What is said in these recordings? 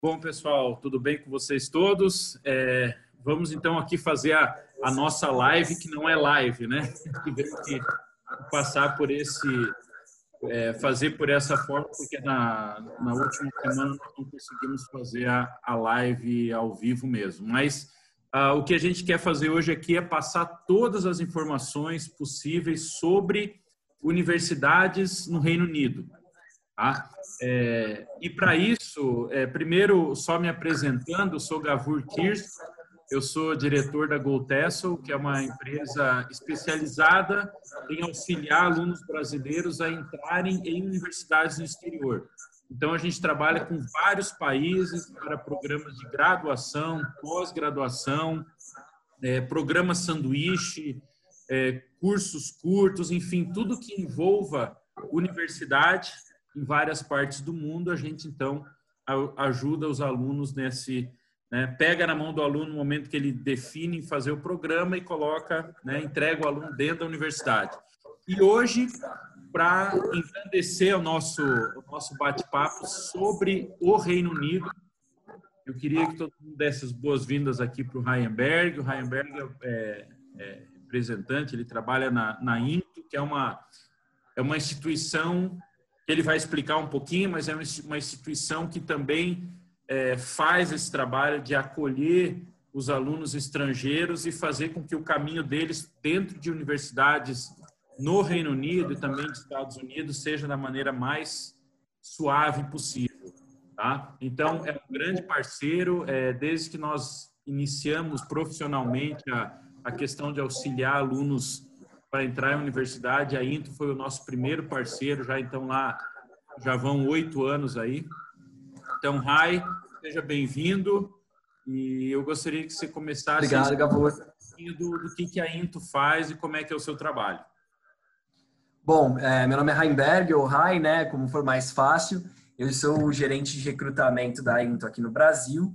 Bom, pessoal, tudo bem com vocês todos? Vamos então aqui fazer a nossa live, que não é live, né? Tivemos que passar por fazer por essa forma, porque na última semana nós não conseguimos fazer a live ao vivo mesmo. Mas o que a gente quer fazer hoje aqui é passar todas as informações possíveis sobre universidades no Reino Unido. Tá? E para isso, primeiro, só me apresentando, eu sou Gavur Kirst, eu sou diretor da GoTessel, que é uma empresa especializada em auxiliar alunos brasileiros a entrarem em universidades no exterior. Então, a gente trabalha com vários países para programas de graduação, pós-graduação, programas sanduíche, cursos curtos, enfim, tudo que envolva universidade em várias partes do mundo, a gente, então, ajuda os alunos pega na mão do aluno no momento que ele define fazer o programa e coloca, entrega o aluno dentro da universidade. E hoje, para engrandecer o nosso bate-papo sobre o Reino Unido, eu queria que todo mundo desse as boas-vindas aqui para o Ryan Berg. O Ryan Berg é representante, ele trabalha na INTO, que é uma instituição que ele vai explicar um pouquinho, mas é uma instituição que também faz esse trabalho de acolher os alunos estrangeiros e fazer com que o caminho deles dentro de universidades no Reino Unido e também dos Estados Unidos seja da maneira mais suave possível. Tá? Então, é um grande parceiro, desde que nós iniciamos profissionalmente a questão de auxiliar alunos para entrar em universidade, a INTO foi o nosso primeiro parceiro, já vão 8 anos aí. Então, Rai, seja bem-vindo e eu gostaria que você começasse Obrigado, Gavur. do que a INTO faz e como é que é o seu trabalho. Bom, meu nome é Rainberg, ou Rai, né, como for mais fácil. Eu sou o gerente de recrutamento da INTO aqui no Brasil.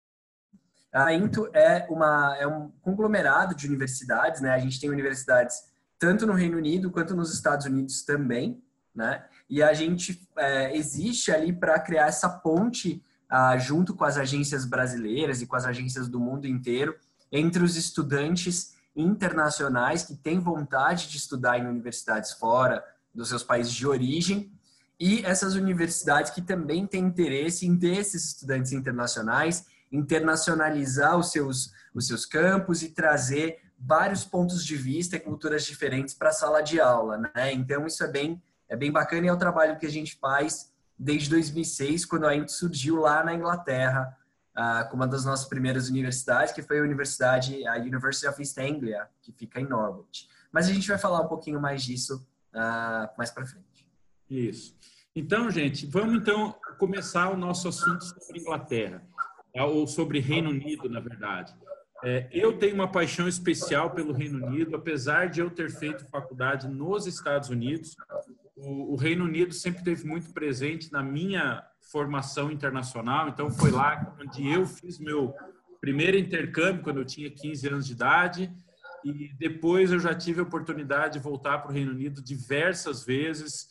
A INTO é um conglomerado de universidades, né? A gente tem universidades tanto no Reino Unido quanto nos Estados Unidos também, né? E a gente existe ali para criar essa ponte junto com as agências brasileiras e com as agências do mundo inteiro entre os estudantes internacionais que têm vontade de estudar em universidades fora dos seus países de origem e essas universidades que também têm interesse em ter esses estudantes internacionais, internacionalizar os seus campos e trazer vários pontos de vista e culturas diferentes para a sala de aula, né? Então, isso é bem bacana e é o trabalho que a gente faz desde 2006, quando a INTO surgiu lá na Inglaterra, com uma das nossas primeiras universidades, que foi a University of East Anglia, que fica em Norwich. Mas a gente vai falar um pouquinho mais disso mais para frente. Isso. Então, gente, vamos então começar o nosso assunto sobre Inglaterra, ou sobre Reino Unido, na verdade. Eu tenho uma paixão especial pelo Reino Unido, apesar de eu ter feito faculdade nos Estados Unidos. O Reino Unido sempre esteve muito presente na minha formação internacional, então foi lá onde eu fiz meu primeiro intercâmbio, quando eu tinha 15 anos de idade, e depois eu já tive a oportunidade de voltar para o Reino Unido diversas vezes.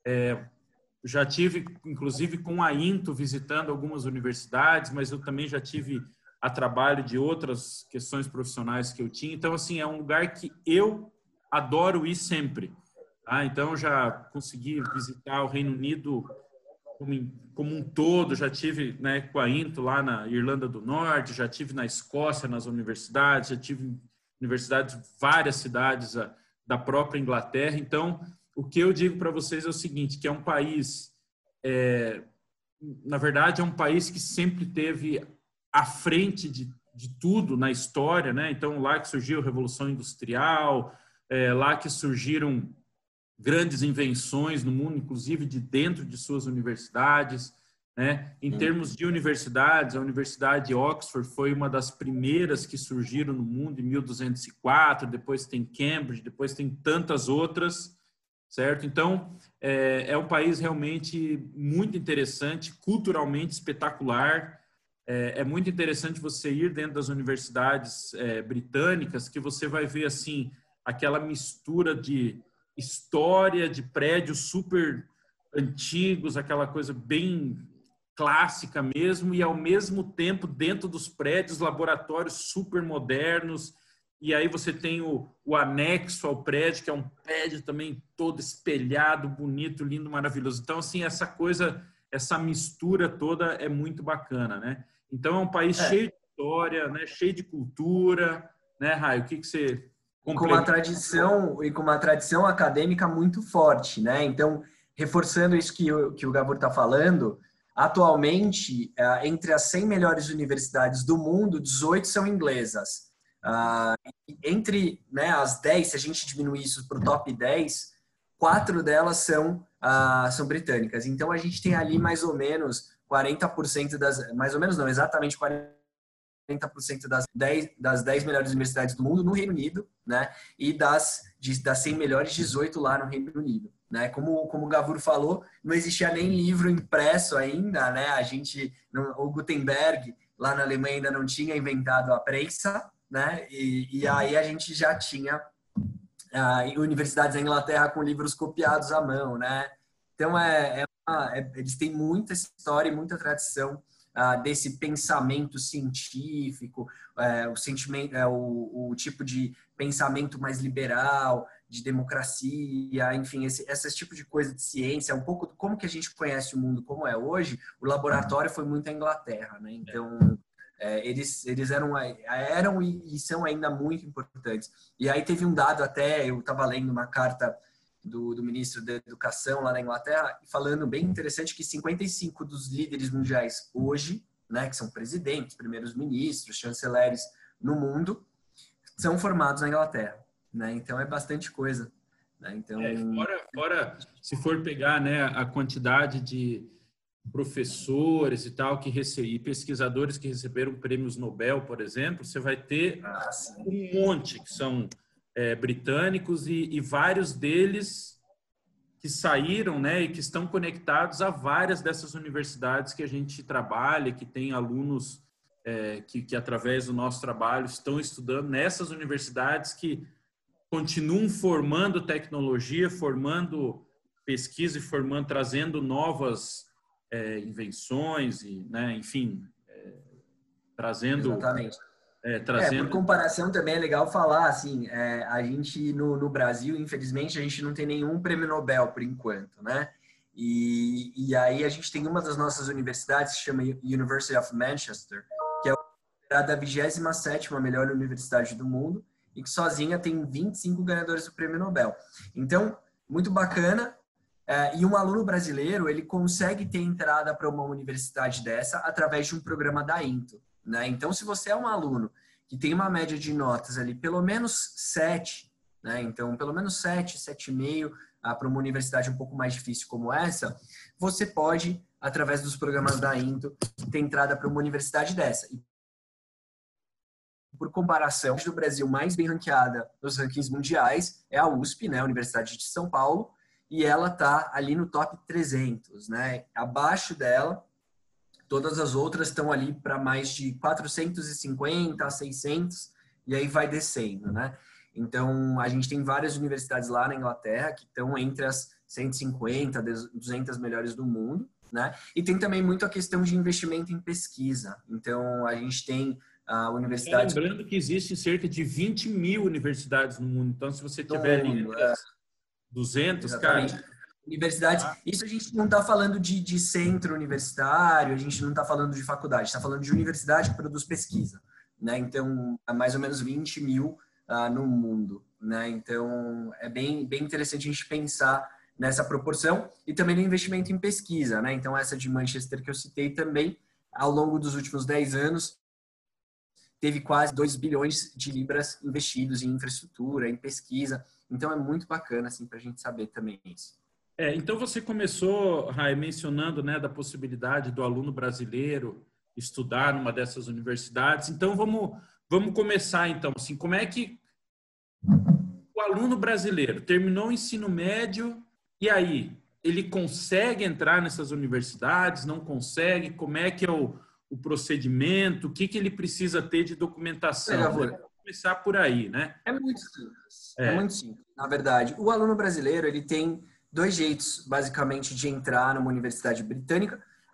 Já tive, inclusive, com a INTO visitando algumas universidades, mas eu também já tive a trabalho de outras questões profissionais que eu tinha. Então, assim, é um lugar que eu adoro ir sempre. Tá? Então, já consegui visitar o Reino Unido como um todo, já tive com a INTO lá na Irlanda do Norte, já tive na Escócia, nas universidades, já tive em universidades, várias cidades da própria Inglaterra. Então, o que eu digo para vocês é o seguinte, que é um país, na verdade, é um país que sempre teve à frente de tudo na história, né? Então, lá que surgiu a Revolução Industrial, lá que surgiram grandes invenções no mundo, inclusive de dentro de suas universidades, né? Em termos de universidades, a Universidade de Oxford foi uma das primeiras que surgiram no mundo em 1204, depois tem Cambridge, depois tem tantas outras, certo? Então, é um país realmente muito interessante, culturalmente espetacular. É muito interessante você ir dentro das universidades britânicas, que você vai ver, assim, aquela mistura de história, de prédios super antigos, aquela coisa bem clássica mesmo, e ao mesmo tempo dentro dos prédios, laboratórios super modernos, e aí você tem o anexo ao prédio, que é um prédio também todo espelhado, bonito, lindo, maravilhoso. Então, assim, essa coisa, essa mistura toda é muito bacana, né? Então, é um país cheio de história, né? Cheio de cultura, né, Raio? O que você complementa? E com uma tradição acadêmica muito forte, né? Então, reforçando isso que o Gabor está falando, atualmente, entre as 100 melhores universidades do mundo, 18 são inglesas. Entre, né, as 10, se a gente diminuir isso para o top 10, 4 delas são britânicas. Então, a gente tem ali mais ou menos 40% mais ou menos não, exatamente 40% das 10 melhores universidades do mundo no Reino Unido, né? E das 100 melhores, 18 lá no Reino Unido, né? Como o Gavur falou, não existia nem livro impresso ainda, né? O Gutenberg, lá na Alemanha, ainda não tinha inventado a prensa, né? E aí a gente já tinha universidades na Inglaterra com livros copiados à mão, né? Então, eles têm muita história e muita tradição desse pensamento científico, o tipo de pensamento mais liberal, de democracia, enfim, esse tipo de coisa de ciência, um pouco como que a gente conhece o mundo como é hoje. O laboratório foi muito a Inglaterra, né? Então, eles eram e são ainda muito importantes. E aí teve um dado até, eu estava lendo uma carta do ministro da Educação lá na Inglaterra, falando bem interessante que 55 dos líderes mundiais hoje, né, que são presidentes, primeiros ministros, chanceleres no mundo, são formados na Inglaterra, né? Então é bastante coisa, né? Então, fora se for pegar, né, a quantidade de professores e tal e pesquisadores que receberam prêmios Nobel, por exemplo, você vai ter um monte que são britânicos e vários deles que saíram, né, e que estão conectados a várias dessas universidades que a gente trabalha, que tem alunos que através do nosso trabalho estão estudando nessas universidades que continuam formando tecnologia, formando pesquisa e trazendo novas invenções e, né, enfim, trazendo... Exatamente. Trazendo... Por comparação também é legal falar, assim, a gente no Brasil, infelizmente, a gente não tem nenhum prêmio Nobel por enquanto, né? E aí a gente tem uma das nossas universidades, que se chama University of Manchester, que é a 27ª melhor universidade do mundo e que sozinha tem 25 ganhadores do prêmio Nobel. Então, muito bacana. E um aluno brasileiro, ele consegue ter entrada para uma universidade dessa através de um programa da Into, né? Então, se você é um aluno que tem uma média de notas ali, pelo menos 7, né? Então, pelo menos 7, 7,5, para uma universidade um pouco mais difícil como essa, você pode, através dos programas da Into, ter entrada para uma universidade dessa. E, por comparação, do Brasil mais bem ranqueada nos rankings mundiais é a USP, né? A Universidade de São Paulo, e ela está ali no top 300, né? Abaixo dela, todas as outras estão ali para mais de 450 a 600, e aí vai descendo, né? Então, a gente tem várias universidades lá na Inglaterra que estão entre as 150, 200 melhores do mundo, né? E tem também muito a questão de investimento em pesquisa. Então, a gente tem a universidade... Lembrando que existem cerca de 20 mil universidades no mundo. Então, se você tiver ali 200, exatamente, cara... Universidades, isso a gente não está falando de centro universitário, a gente não está falando de faculdade, está falando de universidade que produz pesquisa, né? Então, há mais ou menos 20 mil no mundo, né? Então, é bem interessante a gente pensar nessa proporção e também no investimento em pesquisa, né? Então, essa de Manchester que eu citei também, ao longo dos últimos 10 anos, teve quase 2 bilhões de libras investidos em infraestrutura, em pesquisa. Então, é muito bacana, assim, para a gente saber também isso. Então, você começou, Rai, mencionando, né, da possibilidade do aluno brasileiro estudar numa dessas universidades. Então, vamos começar, então. Assim, como é que o aluno brasileiro terminou o ensino médio e aí? Ele consegue entrar nessas universidades? Não consegue? Como é que é o procedimento? O que ele precisa ter de documentação? Vamos começar por aí, né? É muito simples. É muito simples, na verdade. O aluno brasileiro, ele tem 2 jeitos, basicamente, de entrar numa universidade britânica.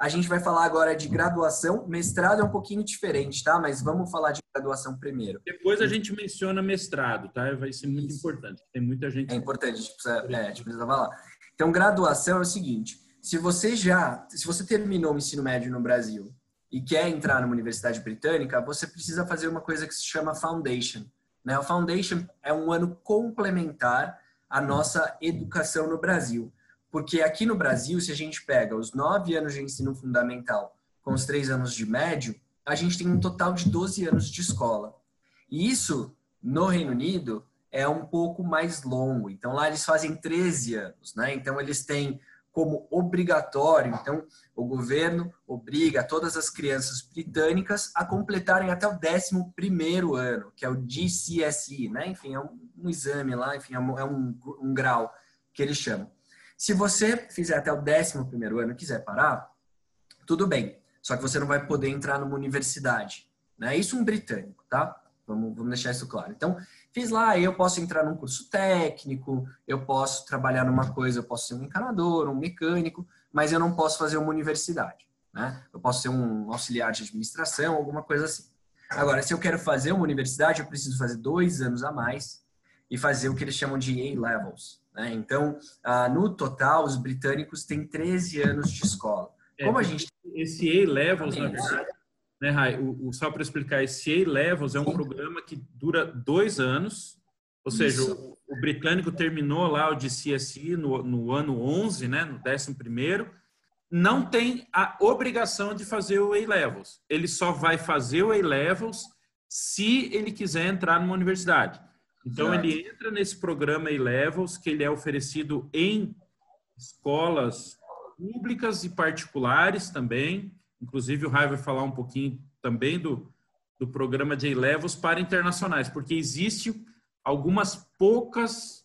A gente vai falar agora de graduação. Mestrado é um pouquinho diferente, tá? Mas vamos falar de graduação primeiro. Depois a gente menciona mestrado, tá? Vai ser muito importante. Tem muita gente... É importante, a gente precisa falar. Então, graduação é o seguinte. Se você terminou o ensino médio no Brasil e quer entrar numa universidade britânica, você precisa fazer uma coisa que se chama Foundation, né? O Foundation é um ano complementar à nossa educação no Brasil. Porque aqui no Brasil, se a gente pega os 9 anos de ensino fundamental com os 3 anos de médio, a gente tem um total de 12 anos de escola. E isso, no Reino Unido, é um pouco mais longo. Então, lá eles fazem 13 anos, né? Então, eles têm como obrigatório, então, o governo obriga todas as crianças britânicas a completarem até o 11º ano, que é o GCSE, né? Enfim, é um exame lá, enfim, é um grau que eles chamam. Se você fizer até o 11º ano e quiser parar, tudo bem. Só que você não vai poder entrar numa universidade, né? Isso um britânico, tá? Vamos deixar isso claro. Então, fiz lá, eu posso entrar num curso técnico, eu posso trabalhar numa coisa, eu posso ser um encanador, um mecânico, mas eu não posso fazer uma universidade, né? Eu posso ser um auxiliar de administração, alguma coisa assim. Agora, se eu quero fazer uma universidade, eu preciso fazer 2 anos a mais e fazer o que eles chamam de A-Levels, né? Então, no total, os britânicos têm 13 anos de escola. Como a gente... Esse A-Levels, na verdade, né, Rai? Só para explicar, esse A-Levels é um programa que dura 2 anos, ou seja, o britânico terminou lá o GCSE no ano 11, né, no 11º, não tem a obrigação de fazer o A-Levels. Ele só vai fazer o A-Levels se ele quiser entrar numa universidade. Então, ele entra nesse programa A-Levels, que ele é oferecido em escolas públicas e particulares também. Inclusive, o Rai vai falar um pouquinho também do programa de A-Levels para internacionais, porque existe alguns poucos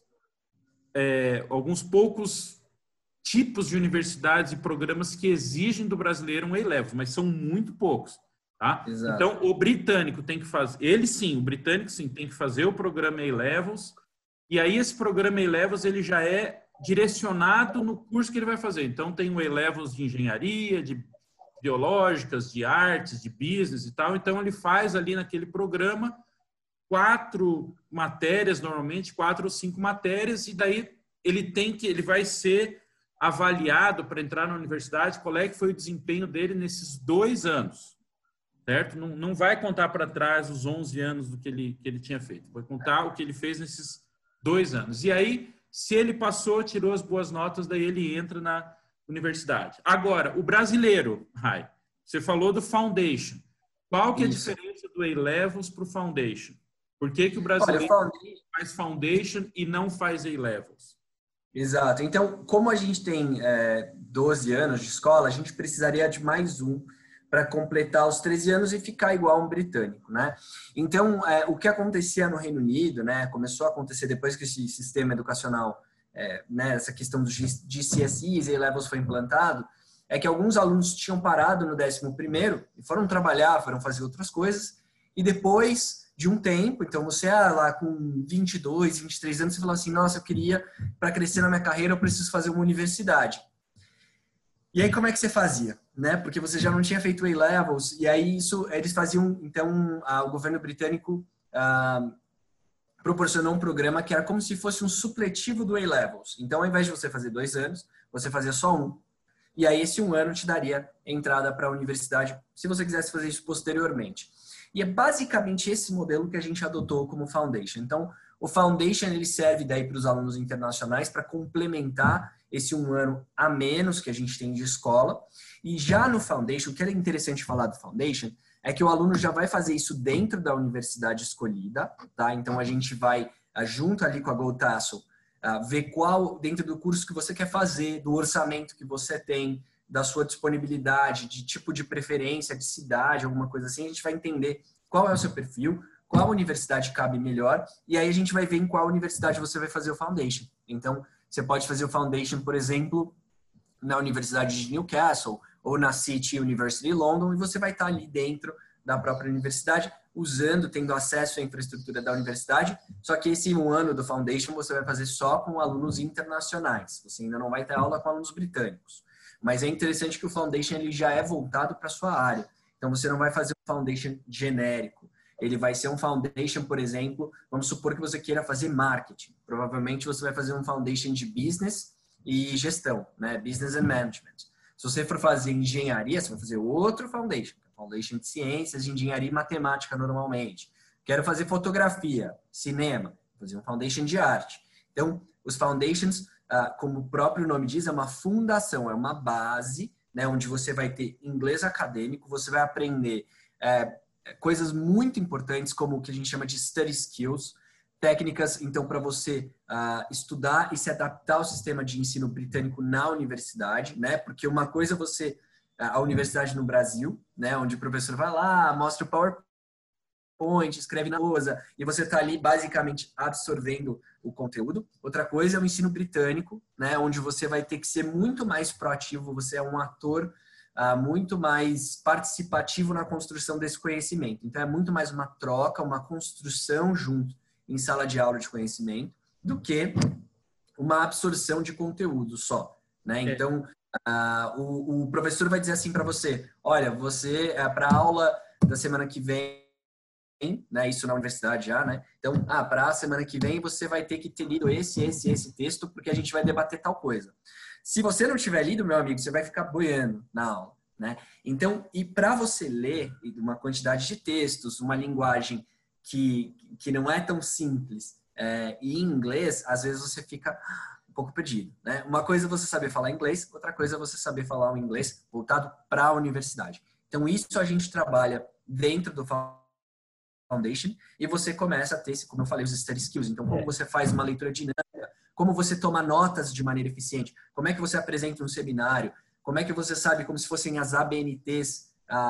tipos de universidades e programas que exigem do brasileiro um A-Levels, mas são muito poucos. Tá? Então, o britânico tem que fazer... o britânico sim, tem que fazer o programa A-Levels, e aí esse programa A-Levels ele já é direcionado no curso que ele vai fazer. Então, tem o A-Levels de engenharia, de biológicas, de artes, de business e tal. Então, ele faz ali naquele programa 4 matérias, normalmente 4 ou 5 matérias, e daí ele vai ser avaliado para entrar na universidade, qual é que foi o desempenho dele nesses 2 anos. Certo? Não vai contar para trás os 11 anos do que ele tinha feito. Vai contar o que ele fez nesses 2 anos. E aí, se ele passou, tirou as boas notas, daí ele entra na universidade. Agora, o brasileiro, Rai, você falou do Foundation. Qual que é a diferença do A-Levels para o Foundation? Por que o brasileiro faz Foundation e não faz A-Levels? Exato. Então, como a gente tem 12 anos de escola, a gente precisaria de mais um para completar os 13 anos e ficar igual um britânico, né? Então, o que acontecia no Reino Unido, né, começou a acontecer depois que esse sistema educacional, né, essa questão dos GCSEs e A-Levels foi implantado, é que alguns alunos tinham parado no 11º e foram trabalhar, foram fazer outras coisas, e depois de um tempo, então você lá com 22, 23 anos, você falou assim, nossa, eu queria, para crescer na minha carreira, eu preciso fazer uma universidade. E aí, como é que você fazia? Né? Porque você já não tinha feito A-Levels, e aí eles faziam, então, o governo britânico proporcionou um programa que era como se fosse um supletivo do A-Levels. Então, ao invés de você fazer 2 anos, você fazia só 1. E aí, esse 1 ano te daria entrada para a universidade, se você quisesse fazer isso posteriormente. E é basicamente esse modelo que a gente adotou como Foundation. Então, o Foundation ele serve daí para os alunos internacionais para complementar esse 1 ano a menos que a gente tem de escola. E já no Foundation, o que é interessante falar do Foundation é que o aluno já vai fazer isso dentro da universidade escolhida, tá? Então, a gente vai, junto ali com a GoTassel, ver qual, dentro do curso que você quer fazer, do orçamento que você tem, da sua disponibilidade, de tipo de preferência, de cidade, alguma coisa assim, a gente vai entender qual é o seu perfil, qual universidade cabe melhor, e aí a gente vai ver em qual universidade você vai fazer o Foundation. Então, você pode fazer o Foundation, por exemplo, na Universidade de Newcastle ou na City University London, e você vai estar ali dentro da própria universidade, tendo acesso à infraestrutura da universidade, só que esse 1 ano do Foundation você vai fazer só com alunos internacionais, você ainda não vai ter aula com alunos britânicos. Mas é interessante que o Foundation ele já é voltado para a sua área. Então, você não vai fazer um Foundation genérico. Ele vai ser um Foundation, por exemplo, vamos supor que você queira fazer marketing. Provavelmente você vai fazer um Foundation de Business e Gestão, né? Business and Management. Se você for fazer engenharia, você vai fazer outro Foundation. Foundation de Ciências, de Engenharia e Matemática, normalmente. Quero fazer fotografia, cinema, vou fazer um Foundation de Arte. Então, os Foundations, como o próprio nome diz, é uma fundação, é uma base, né? Onde você vai ter inglês acadêmico, você vai aprender coisas muito importantes, como o que a gente chama de study skills, técnicas, então, para você estudar e se adaptar ao sistema de ensino britânico na universidade, né? Porque uma coisa é você, a universidade no Brasil, né? Onde o professor vai lá, mostra o PowerPoint, escreve na lousa, e você está ali basicamente absorvendo o conteúdo. Outra coisa é o ensino britânico, né? Onde você vai ter que ser muito mais proativo, você é um ator muito mais participativo na construção desse conhecimento. Então, é muito mais uma troca, uma construção junto em sala de aula de conhecimento do que uma absorção de conteúdo só, né? Então, o professor vai dizer assim para você, olha, você, para a aula da semana que vem, né? Isso na universidade já, né? Então, para a semana que vem, você vai ter que ter lido esse texto, porque a gente vai debater tal coisa. Se você não tiver lido, meu amigo, você vai ficar boiando na aula, né? Então, e para você ler uma quantidade de textos, uma linguagem que não é tão simples, e em inglês, às vezes você fica um pouco perdido, né? Uma coisa é você saber falar inglês, outra coisa é você saber falar o inglês voltado para a universidade. Então, isso a gente trabalha dentro do Foundation e você começa a ter, como eu falei, os study skills. Então, como você faz uma leitura dinâmica, como você toma notas de maneira eficiente, como é que você apresenta um seminário, como é que você sabe como se fossem as ABNTs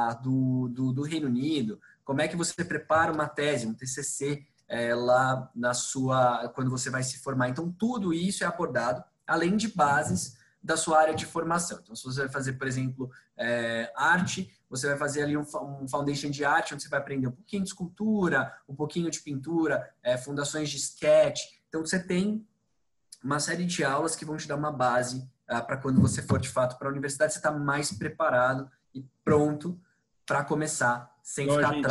do Reino Unido, como é que você prepara uma tese, um TCC lá quando você vai se formar. Então, tudo isso é abordado, além de bases da sua área de formação. Então, se você vai fazer, por exemplo, arte, você vai fazer ali um foundation de arte, onde você vai aprender um pouquinho de escultura, um pouquinho de pintura, fundações de sketch. Então, você tem uma série de aulas que vão te dar uma base para quando você for, de fato, para a universidade, você está mais preparado e pronto para começar, sem ficar atrás.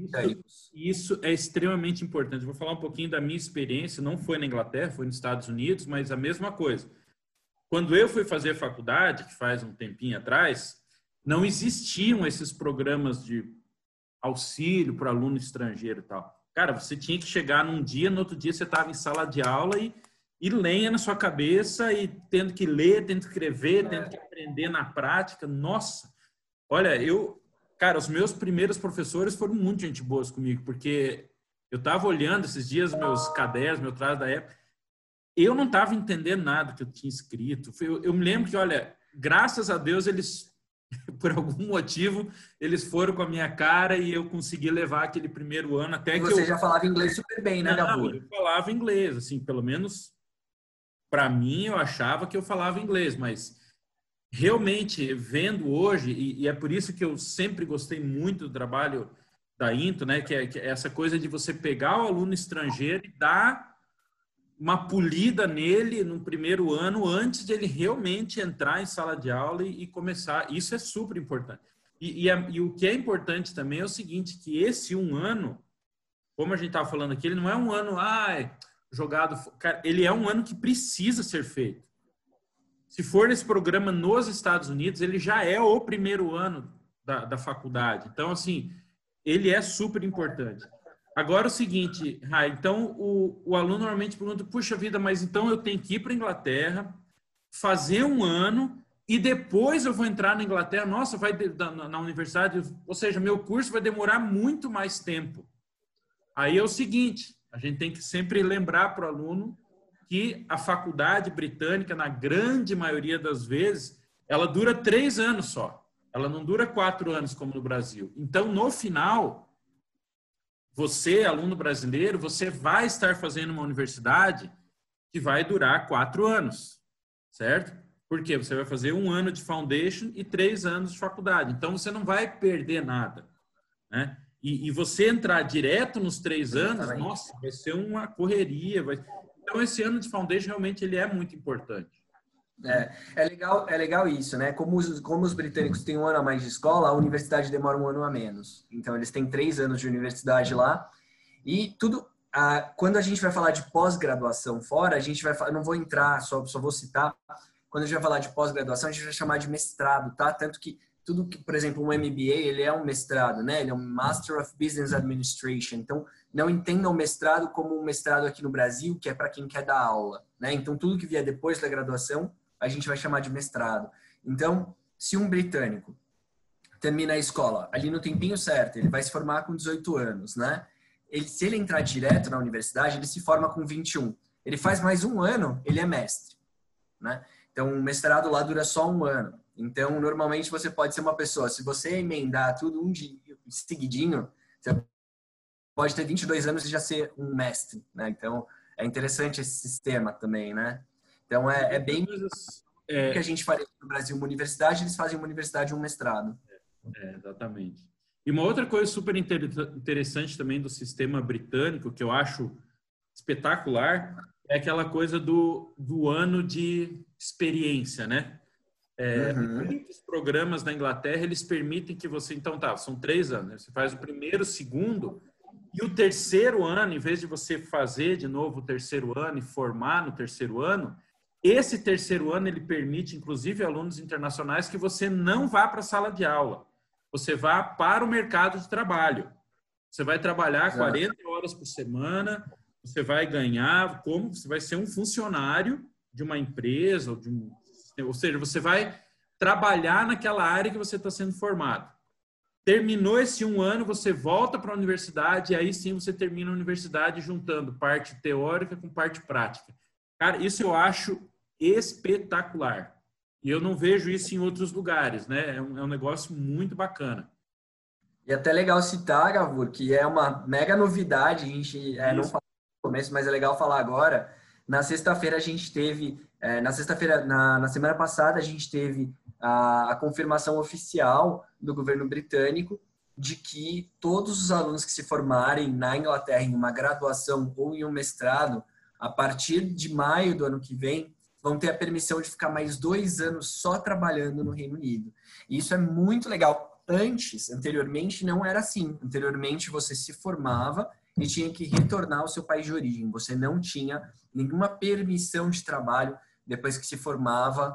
Isso é extremamente importante. Vou falar um pouquinho da minha experiência. Não foi na Inglaterra, foi nos Estados Unidos, mas a mesma coisa. Quando eu fui fazer faculdade, que faz um tempinho atrás, não existiam esses programas de auxílio para aluno estrangeiro e tal. Cara, você tinha que chegar num dia, no outro dia você estava em sala de aula e lenha na sua cabeça e tendo que ler, tendo que escrever, tendo que aprender na prática. Nossa! Olha, cara, os meus primeiros professores foram muito gente boas comigo, porque eu estava olhando esses dias meus cadernos, meu traço da época, eu não estava entendendo nada que eu tinha escrito. Eu me lembro que, olha, graças a Deus, eles, por algum motivo, eles foram com a minha cara e eu consegui levar aquele primeiro ano até que você já falava inglês super bem, né, Gabor? Eu falava inglês, assim, pelo menos para mim eu achava que eu falava inglês, mas realmente vendo hoje, e é por isso que eu sempre gostei muito do trabalho da Into, né, que é essa coisa de você pegar o aluno estrangeiro e dar uma polida nele no primeiro ano antes de ele realmente entrar em sala de aula e começar. Isso é super importante. E o que é importante também é o seguinte, que esse um ano, como a gente estava falando aqui, ele não é um ano jogado... Cara, ele é um ano que precisa ser feito. Se for nesse programa nos Estados Unidos, ele já é o primeiro ano da faculdade. Então, assim, ele é super importante. Agora, o seguinte, Rai, então o aluno normalmente pergunta, puxa vida, mas então eu tenho que ir para a Inglaterra, fazer um ano e depois eu vou entrar na Inglaterra, nossa, na universidade, ou seja, meu curso vai demorar muito mais tempo. Aí é o seguinte, a gente tem que sempre lembrar para o aluno que a faculdade britânica, na grande maioria das vezes, ela dura 3 anos só. Ela não dura 4 anos como no Brasil. Então, no final... Você, aluno brasileiro, você vai estar fazendo uma universidade que vai durar 4 anos, certo? Porque você vai fazer 1 ano de foundation e 3 anos de faculdade. Então, você não vai perder nada, né? E você entrar direto nos 3 anos, nossa, vai ser uma correria. Então, esse ano de foundation realmente ele é muito importante. É legal isso, né? Como os britânicos têm um ano a mais de escola, a universidade demora um ano a menos. Então, eles têm 3 anos de universidade lá. E tudo, quando a gente vai falar de pós-graduação fora, a gente vai falar, não vou entrar, só vou citar, quando a gente vai falar de pós-graduação, a gente vai chamar de mestrado, tá? Tanto que tudo que, por exemplo, um MBA, ele é um mestrado, né? Ele é um Master of Business Administration. Então, não entendam o mestrado como um mestrado aqui no Brasil, que é para quem quer dar aula, né? Então, tudo que vier depois da graduação, a gente vai chamar de mestrado. Então, se um britânico termina a escola ali no tempinho certo, ele vai se formar com 18 anos, né? Se ele entrar direto na universidade, ele se forma com 21. Ele faz mais um ano, ele é mestre, né? Então, o mestrado lá dura só um ano. Então, normalmente você pode ser uma pessoa, se você emendar tudo um dia seguidinho, você pode ter 22 anos e já ser um mestre, né? Então, é interessante esse sistema também, né? Então, é bem o que a gente faria no Brasil, uma universidade, eles fazem uma universidade e um mestrado. Exatamente. E uma outra coisa super interessante também do sistema britânico, que eu acho espetacular, é aquela coisa do ano de experiência, né? Muitos programas na Inglaterra, eles permitem que você... Então, são 3 anos. Né? Você faz o primeiro, o segundo, e o terceiro ano, em vez de você fazer de novo o terceiro ano e formar no terceiro ano, esse terceiro ano, ele permite, inclusive, alunos internacionais, que você não vá para a sala de aula. Você vá para o mercado de trabalho. Você vai trabalhar 40 horas por semana, você vai ganhar, como você vai ser um funcionário de uma empresa, ou seja, você vai trabalhar naquela área que você está sendo formado. Terminou esse um ano, você volta para a universidade e aí sim você termina a universidade juntando parte teórica com parte prática. Cara, isso eu acho espetacular. E eu não vejo isso em outros lugares, né? É um negócio muito bacana. E até legal citar, Gavur, que é uma mega novidade, a gente não falou no começo, mas é legal falar agora. Na sexta-feira a gente teve, na semana passada a gente teve a confirmação oficial do governo britânico de que todos os alunos que se formarem na Inglaterra em uma graduação ou em um mestrado, a partir de maio do ano que vem, vão ter a permissão de ficar mais 2 anos só trabalhando no Reino Unido. E isso é muito legal. Anteriormente, não era assim. Anteriormente, você se formava e tinha que retornar ao seu país de origem. Você não tinha nenhuma permissão de trabalho depois que se formava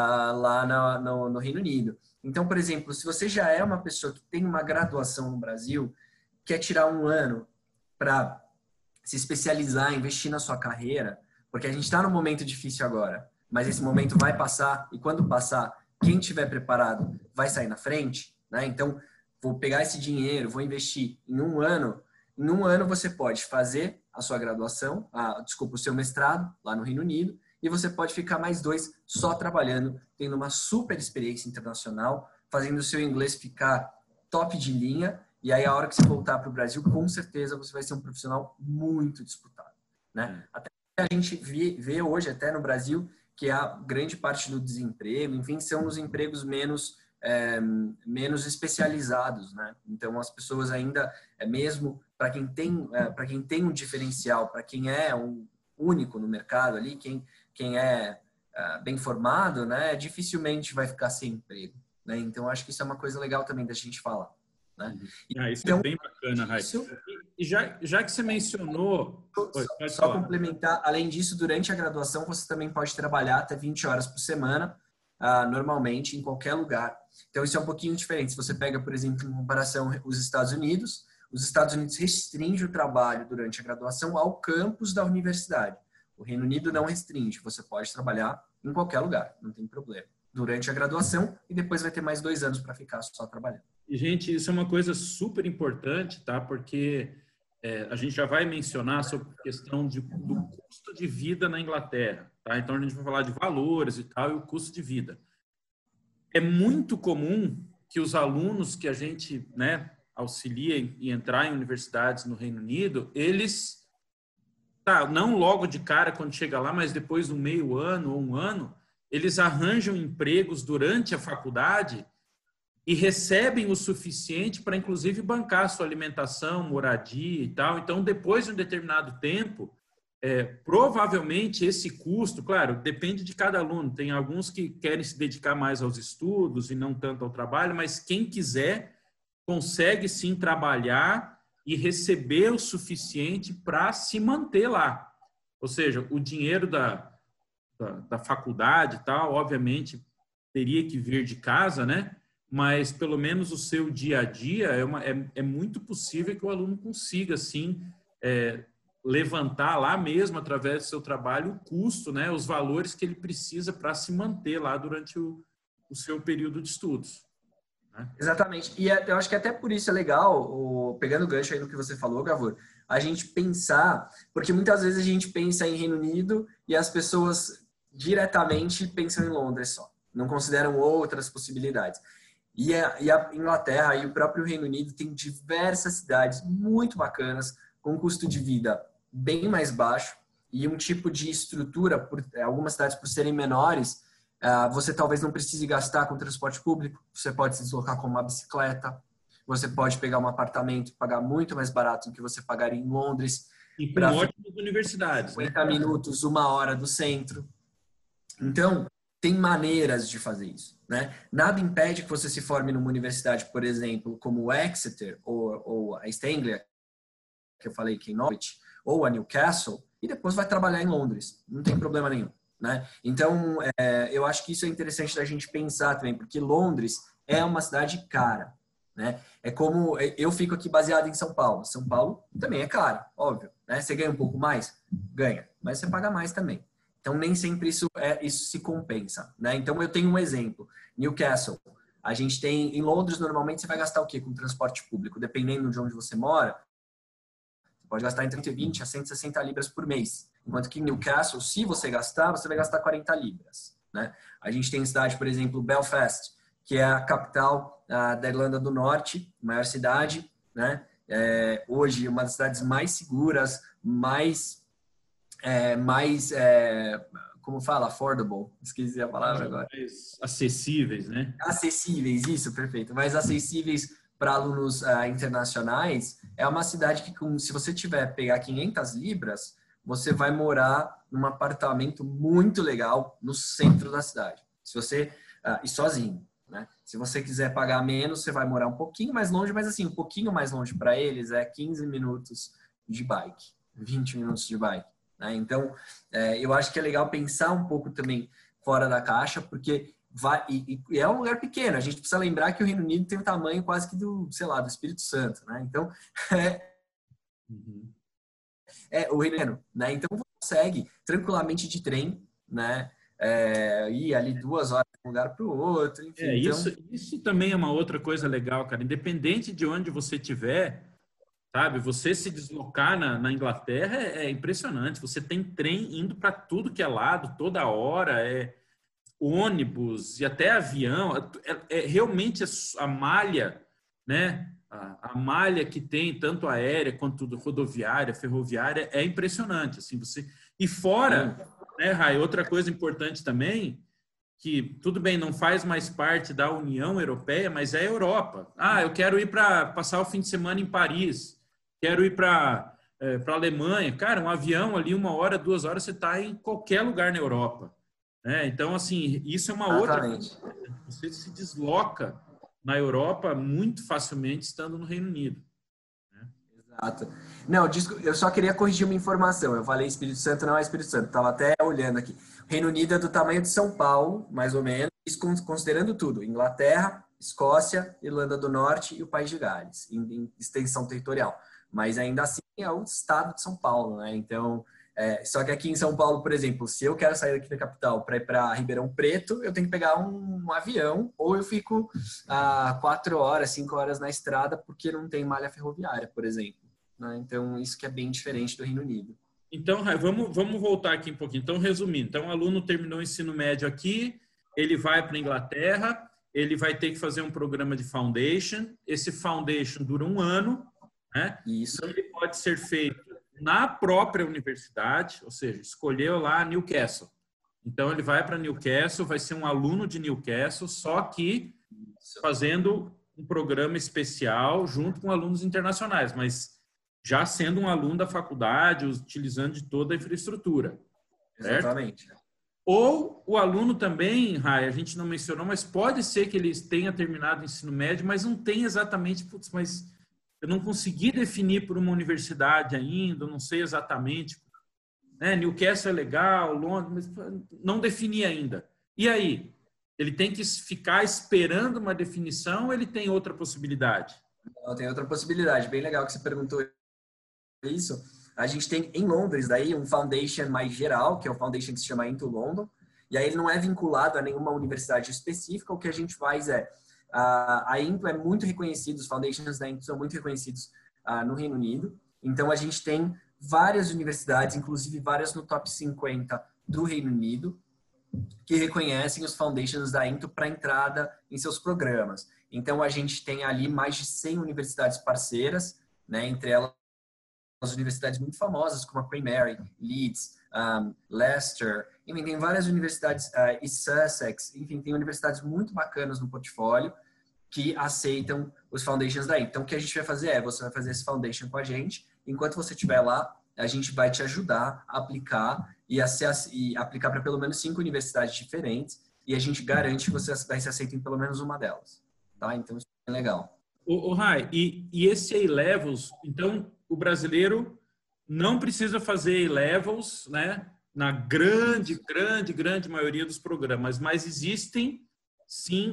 lá no Reino Unido. Então, por exemplo, se você já é uma pessoa que tem uma graduação no Brasil, quer tirar um ano para se especializar, investir na sua carreira, porque a gente está num momento difícil agora, mas esse momento vai passar e quando passar, quem estiver preparado vai sair na frente, né? Então, vou pegar esse dinheiro, vou investir em um ano. Em um ano você pode fazer a sua graduação, o seu mestrado lá no Reino Unido, e você pode ficar mais 2 só trabalhando, tendo uma super experiência internacional, fazendo o seu inglês ficar top de linha, e aí a hora que você voltar para o Brasil, com certeza você vai ser um profissional muito disputado, né? Até a gente vê hoje, até no Brasil, que a grande parte do desemprego, enfim, são os empregos menos especializados, né? Então, as pessoas ainda, mesmo para quem tem um diferencial, para quem é um único no mercado ali, quem é bem formado, né, dificilmente vai ficar sem emprego, né? Então, acho que isso é uma coisa legal também da gente falar, né? Isso então, é bem bacana, Rai. E já que você mencionou... Só complementar, além disso, durante a graduação, você também pode trabalhar até 20 horas por semana, normalmente, em qualquer lugar. Então, isso é um pouquinho diferente. Se você pega, por exemplo, em comparação os Estados Unidos restringe o trabalho durante a graduação ao campus da universidade. O Reino Unido não restringe. Você pode trabalhar em qualquer lugar, não tem problema. Durante a graduação e depois vai ter mais 2 anos para ficar só trabalhando. E, gente, isso é uma coisa super importante, tá? Porque a gente já vai mencionar sobre a questão do custo de vida na Inglaterra, tá? Então, a gente vai falar de valores e tal, e o custo de vida. É muito comum que os alunos que a gente, né, auxilia em entrar em universidades no Reino Unido, eles, não logo de cara quando chega lá, mas depois do meio ano ou um ano, eles arranjam empregos durante a faculdade e recebem o suficiente para, inclusive, bancar sua alimentação, moradia e tal. Então, depois de um determinado tempo, provavelmente esse custo, claro, depende de cada aluno. Tem alguns que querem se dedicar mais aos estudos e não tanto ao trabalho, mas quem quiser consegue sim trabalhar e receber o suficiente para se manter lá. Ou seja, o dinheiro da faculdade e tal, obviamente, teria que vir de casa, né? Mas pelo menos o seu dia a dia é muito possível que o aluno consiga, sim, levantar lá mesmo, através do seu trabalho, o custo, né? Os valores que ele precisa para se manter lá durante o seu período de estudos. Né? Exatamente. E eu acho que até por isso é legal, pegando o gancho aí no que você falou, Gavor, a gente pensar, porque muitas vezes a gente pensa em Reino Unido e as pessoas diretamente pensam em Londres só, não consideram outras possibilidades. E a Inglaterra e o próprio Reino Unido tem diversas cidades muito bacanas, com um custo de vida bem mais baixo e um tipo de estrutura, algumas cidades por serem menores, você talvez não precise gastar com transporte público, você pode se deslocar com uma bicicleta, você pode pegar um apartamento e pagar muito mais barato do que você pagaria em Londres. E com ótimas universidades. 50 minutos, 1 hora do centro. Então, tem maneiras de fazer isso. Né? Nada impede que você se forme numa universidade, por exemplo, como o Exeter ou a East Anglia, que eu falei que em Norwich, ou a Newcastle, e depois vai trabalhar em Londres. Não tem problema nenhum. Né? Então, eu acho que isso é interessante da gente pensar também, porque Londres é uma cidade cara. Né? É como eu fico aqui baseado em São Paulo. São Paulo também é caro, óbvio. Né? Você ganha um pouco mais? Ganha, mas você paga mais também. Então, nem sempre isso se compensa. Né? Então, eu tenho um exemplo. Newcastle. A gente tem, em Londres, normalmente você vai gastar o quê com transporte público? Dependendo de onde você mora, você pode gastar entre 20 a 160 libras por mês. Enquanto que em Newcastle, se você gastar, você vai gastar 40 libras. Né? A gente tem cidade, por exemplo, Belfast, que é a capital da Irlanda do Norte, maior cidade. Né? Hoje, uma das cidades mais seguras, como fala? Affordable. Esqueci a palavra agora. Mais acessíveis, né? Acessíveis, isso, perfeito. Mais acessíveis para alunos internacionais. É uma cidade que, se você pegar 500 libras, você vai morar num apartamento muito legal no centro da cidade. E sozinho. Né? Se você quiser pagar menos, você vai morar um pouquinho mais longe, mas assim, um pouquinho mais longe para eles é 15 minutos de bike, 20 minutos de bike. Né? Então, eu acho que é legal pensar um pouco também fora da caixa, porque é um lugar pequeno. A gente precisa lembrar que o Reino Unido tem o tamanho quase que do Espírito Santo. Né? Então, o Reino Unido. Né? Então, você consegue tranquilamente de trem, né? Ir ali 2 horas de um lugar para o outro. Enfim, isso também é uma outra coisa legal, cara. Independente de onde você estiver, sabe? Você se deslocar na Inglaterra é impressionante. Você tem trem indo para tudo que é lado, toda hora, ônibus e até avião. Realmente a malha, né? A malha que tem, tanto aérea quanto rodoviária, ferroviária, é impressionante. Assim, E fora, né, Rai, outra coisa importante também, que tudo bem, não faz mais parte da União Europeia, mas é a Europa. Eu quero ir para passar o fim de semana em Paris, quero ir para a Alemanha. Cara, um avião ali, 1 hora, 2 horas, você está em qualquer lugar na Europa. Né? Então, assim, isso é uma outra coisa. Você se desloca na Europa muito facilmente estando no Reino Unido. Né? Exato. Não, eu só queria corrigir uma informação. Eu falei Espírito Santo, não é Espírito Santo. Estava até olhando aqui. O Reino Unido é do tamanho de São Paulo, mais ou menos, considerando tudo. Inglaterra, Escócia, Irlanda do Norte e o País de Gales, em extensão territorial. Mas ainda assim é o estado de São Paulo, né? Então, só que aqui em São Paulo, por exemplo, se eu quero sair daqui da capital para ir para Ribeirão Preto, eu tenho que pegar um avião ou eu fico 4 horas, 5 horas na estrada porque não tem malha ferroviária, por exemplo. Né? Então, isso que é bem diferente do Reino Unido. Então, vamos voltar aqui um pouquinho. Então, resumindo, então, o aluno terminou o ensino médio aqui, ele vai para a Inglaterra, ele vai ter que fazer um programa de foundation. Esse foundation dura 1 ano, né? Isso. Então, ele pode ser feito na própria universidade, ou seja, escolheu lá Newcastle. Então, ele vai para Newcastle, vai ser um aluno de Newcastle, só que fazendo um programa especial junto com alunos internacionais. Mas já sendo um aluno da faculdade, utilizando de toda a infraestrutura. Certo? Exatamente. Ou o aluno também, Rai, a gente não mencionou, mas pode ser que ele tenha terminado o ensino médio, mas não tem exatamente, putz, mas eu não consegui definir por uma universidade ainda, não sei exatamente, né? Newcastle é legal, Londres, mas não defini ainda. E aí? Ele tem que ficar esperando uma definição ou ele tem outra possibilidade? Não, tem outra possibilidade, bem legal que você perguntou isso. A gente tem em Londres daí um foundation mais geral, que é o foundation que se chama Into London, e aí ele não é vinculado a nenhuma universidade específica. O que a gente faz é, a Into é muito reconhecida, os foundations da Into são muito reconhecidos no Reino Unido, então a gente tem várias universidades, inclusive várias no top 50 do Reino Unido, que reconhecem os foundations da Into para entrada em seus programas. Então a gente tem ali mais de 100 universidades parceiras, né, entre elas as universidades muito famosas, como a Queen Mary, Leeds, Leicester, enfim, tem várias universidades, e Sussex, enfim, tem universidades muito bacanas no portfólio que aceitam os foundations daí. Então, o que a gente vai fazer é, você vai fazer esse foundation com a gente, enquanto você estiver lá, a gente vai te ajudar a aplicar e aplicar para pelo menos 5 universidades diferentes, e a gente garante que você vai ser aceito em pelo menos uma delas. Tá? Então, isso é legal. Rai, e esse A-Levels, então, o brasileiro não precisa fazer A-Levels, né? Na grande maioria dos programas, mas existem, sim,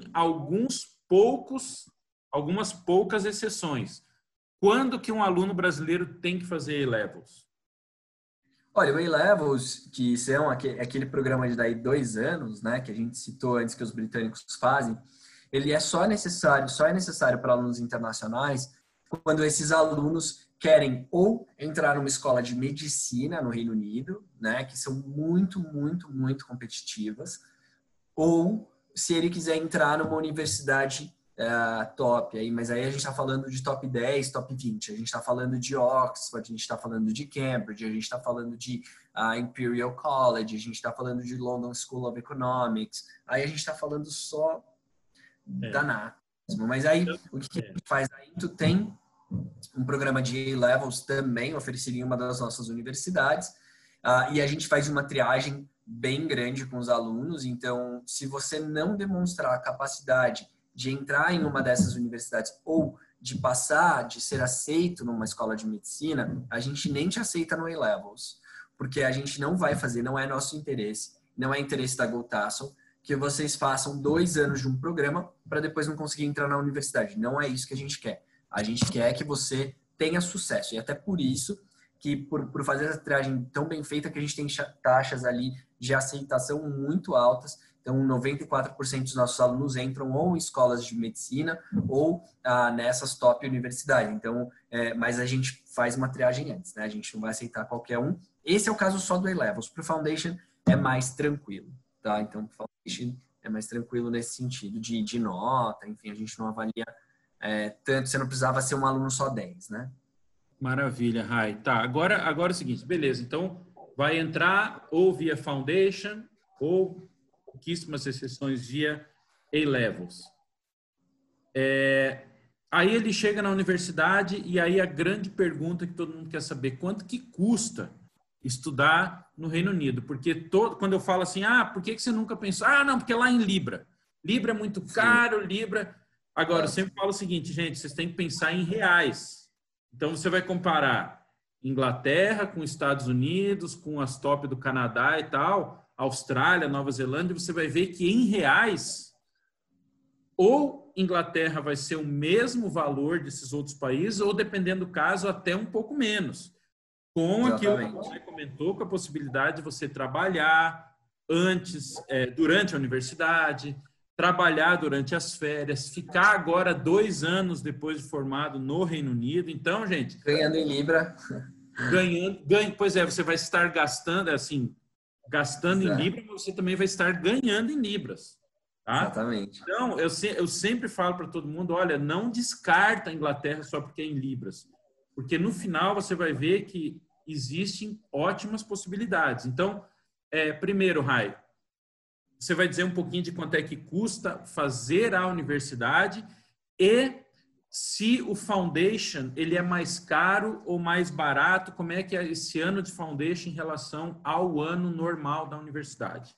algumas poucas exceções. Quando que um aluno brasileiro tem que fazer A-Levels? Olha, o A-Levels, que são aquele programa de daí 2 anos, né, que a gente citou antes que os britânicos fazem, ele é só é necessário para alunos internacionais quando esses alunos querem ou entrar numa escola de medicina no Reino Unido, né, que são muito competitivas, ou se ele quiser entrar numa universidade top, aí, mas aí a gente está falando de top 10, top 20, a gente está falando de Oxford, a gente está falando de Cambridge, a gente está falando de Imperial College, a gente está falando de London School of Economics, aí a gente está falando só da NAT. Mas aí, o que a gente faz? Aí tu tem um programa de A-Levels também oferecido em uma das nossas universidades, e a gente faz uma triagem bem grande com os alunos. Então, se você não demonstrar a capacidade de entrar em uma dessas universidades ou de passar, de ser aceito numa escola de medicina, a gente nem te aceita no A-Levels, porque a gente não vai fazer, não é nosso interesse, não é interesse da GoTassel, que vocês façam 2 anos de um programa para depois não conseguir entrar na universidade. Não é isso que a gente quer. A gente quer que você tenha sucesso. E até por isso que, por fazer essa triagem tão bem feita, que a gente tem taxas ali de aceitação muito altas. Então, 94% dos nossos alunos entram ou em escolas de medicina ou nessas top universidades. Então, mas a gente faz uma triagem antes, né? A gente não vai aceitar qualquer um. Esse é o caso só do A-Levels. Para o Foundation é mais tranquilo, tá? Então, o Foundation é mais tranquilo nesse sentido de nota, enfim, a gente não avalia tanto, você não precisava ser um aluno só 10, né? Maravilha, Rai. Tá, agora é o seguinte, beleza, então vai entrar ou via Foundation ou pouquíssimas exceções via A-Levels. Aí ele chega na universidade e aí a grande pergunta que todo mundo quer saber, quanto que custa estudar no Reino Unido? Porque quando eu falo assim, por que você nunca pensou? Não, porque lá em Libra. Libra é muito caro, sim. Libra... Agora, eu sempre falo o seguinte, gente, vocês têm que pensar em reais. Então, você vai comparar Inglaterra com Estados Unidos, com as top do Canadá e tal, Austrália, Nova Zelândia, você vai ver que em reais, ou Inglaterra vai ser o mesmo valor desses outros países, ou dependendo do caso, até um pouco menos. Com aquilo que você comentou, com a possibilidade de você trabalhar durante a universidade, trabalhar durante as férias, ficar agora 2 anos depois de formado no Reino Unido. Então, gente... Ganhando em Libra. Pois é, você vai estar gastando em Libra, mas você também vai estar ganhando em Libras. Tá? Exatamente. Então, eu sempre falo para todo mundo, olha, não descarta a Inglaterra só porque é em Libras. Porque no final você vai ver que existem ótimas possibilidades. Então, primeiro, Rai, você vai dizer um pouquinho de quanto é que custa fazer a universidade e se o Foundation ele é mais caro ou mais barato, como é que é esse ano de Foundation em relação ao ano normal da universidade?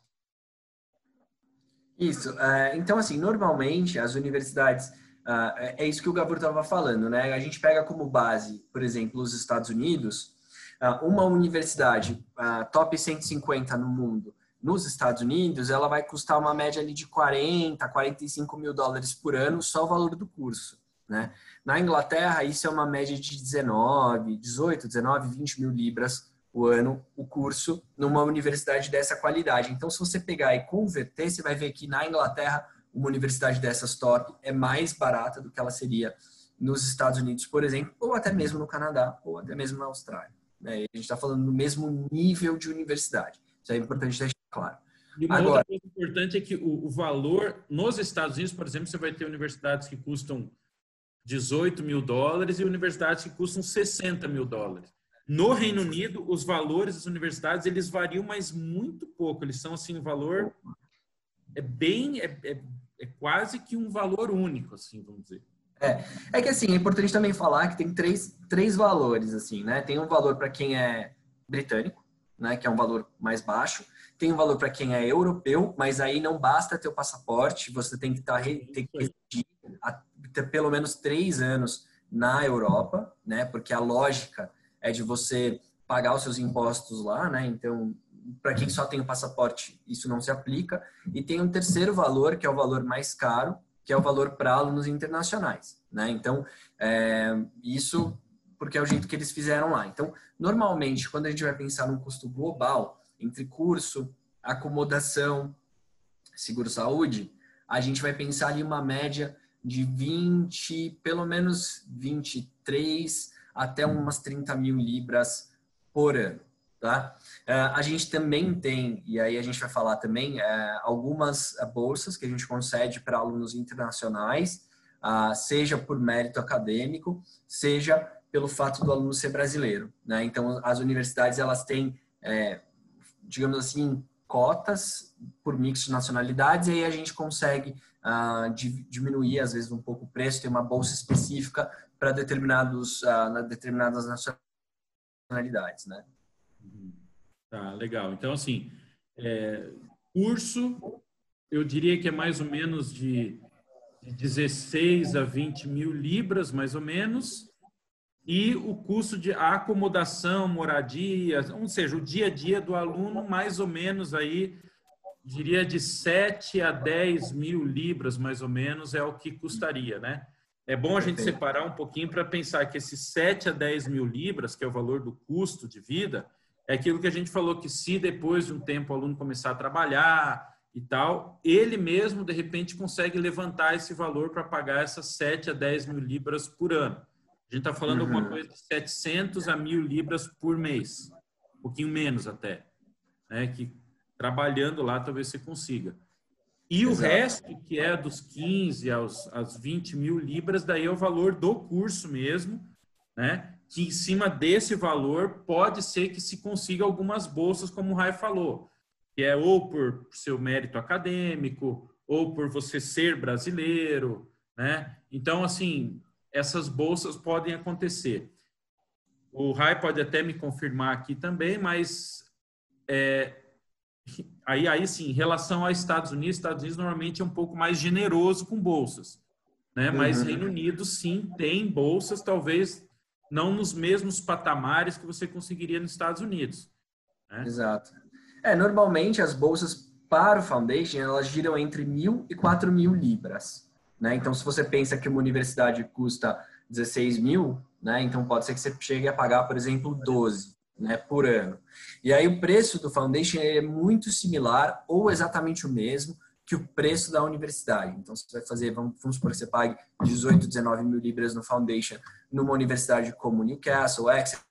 Isso. Então, assim, normalmente as universidades, é isso que o Gabor estava falando, né? A gente pega como base, por exemplo, os Estados Unidos, uma universidade top 150 no mundo, nos Estados Unidos, ela vai custar uma média ali de 40, 45 mil dólares por ano, só o valor do curso, né? Na Inglaterra, isso é uma média de 18, 19, 20 mil libras o ano, o curso, numa universidade dessa qualidade. Então, se você pegar e converter, você vai ver que na Inglaterra, uma universidade dessas top é mais barata do que ela seria nos Estados Unidos, por exemplo, ou até mesmo no Canadá, ou até mesmo na Austrália, né? A gente está falando do mesmo nível de universidade. Isso é importante deixar claro. E uma outra coisa importante é que o valor nos Estados Unidos, por exemplo, você vai ter universidades que custam 18 mil dólares e universidades que custam 60 mil dólares. No Reino Unido, os valores das universidades, eles variam, mas muito pouco. Eles são, assim, um valor... É quase que um valor único, assim, vamos dizer. É que, assim, é importante também falar que tem três valores, assim, né? Tem um valor para quem é britânico, né? Que é um valor mais baixo. Tem um valor para quem é europeu, mas aí não basta ter o passaporte, você tem que ter pelo menos 3 anos na Europa, né? Porque a lógica é de você pagar os seus impostos lá, né? Então, para quem só tem o passaporte, isso não se aplica. E tem um terceiro valor, que é o valor mais caro, que é o valor para alunos internacionais, né? Então, isso porque é o jeito que eles fizeram lá. Então, normalmente, quando a gente vai pensar num custo global, entre curso, acomodação, seguro-saúde, a gente vai pensar ali uma média de 20, pelo menos 23 até umas 30 mil libras por ano, tá? A gente também tem, e aí a gente vai falar também, algumas bolsas que a gente concede para alunos internacionais, seja por mérito acadêmico, seja pelo fato do aluno ser brasileiro, né? Então, as universidades, elas têm, digamos assim, cotas por mix de nacionalidades, e aí a gente consegue diminuir, às vezes, um pouco o preço, tem uma bolsa específica para determinadas nacionalidades, né? Tá, legal. Então, assim, curso, eu diria que é mais ou menos de 16 a 20 mil libras, mais ou menos, e o custo de acomodação, moradia, ou seja, o dia a dia do aluno, mais ou menos aí, diria de 7 a 10 mil libras, mais ou menos, é o que custaria, né? É bom a gente separar um pouquinho para pensar que esses 7 a 10 mil libras, que é o valor do custo de vida, é aquilo que a gente falou que se depois de um tempo o aluno começar a trabalhar e tal, ele mesmo, de repente, consegue levantar esse valor para pagar essas 7 a 10 mil libras por ano. A gente está falando alguma coisa de 700 a 1.000 libras por mês, um pouquinho menos até, né? Que trabalhando lá talvez você consiga. E o resto, que é dos 15 às 20 mil libras, daí é o valor do curso mesmo, né? Que em cima desse valor pode ser que se consiga algumas bolsas, como o Rai falou, que é ou por seu mérito acadêmico, ou por você ser brasileiro, né? Então, assim, essas bolsas podem acontecer. O Rai pode até me confirmar aqui também, mas aí sim, em relação aos Estados Unidos normalmente é um pouco mais generoso com bolsas, né? Mas Reino Unido, sim, tem bolsas, talvez não nos mesmos patamares que você conseguiria nos Estados Unidos, né? Exato. Normalmente as bolsas para o Foundation, elas giram entre 1.000 e 4.000 libras, né? Então, se você pensa que uma universidade custa 16 mil, né? Então, pode ser que você chegue a pagar, por exemplo, 12, né? Por ano. E aí, o preço do Foundation é muito similar ou exatamente o mesmo que o preço da universidade. Então, você vai fazer, vamos supor que você pague 18, 19 mil libras no Foundation numa universidade como Newcastle, Exeter,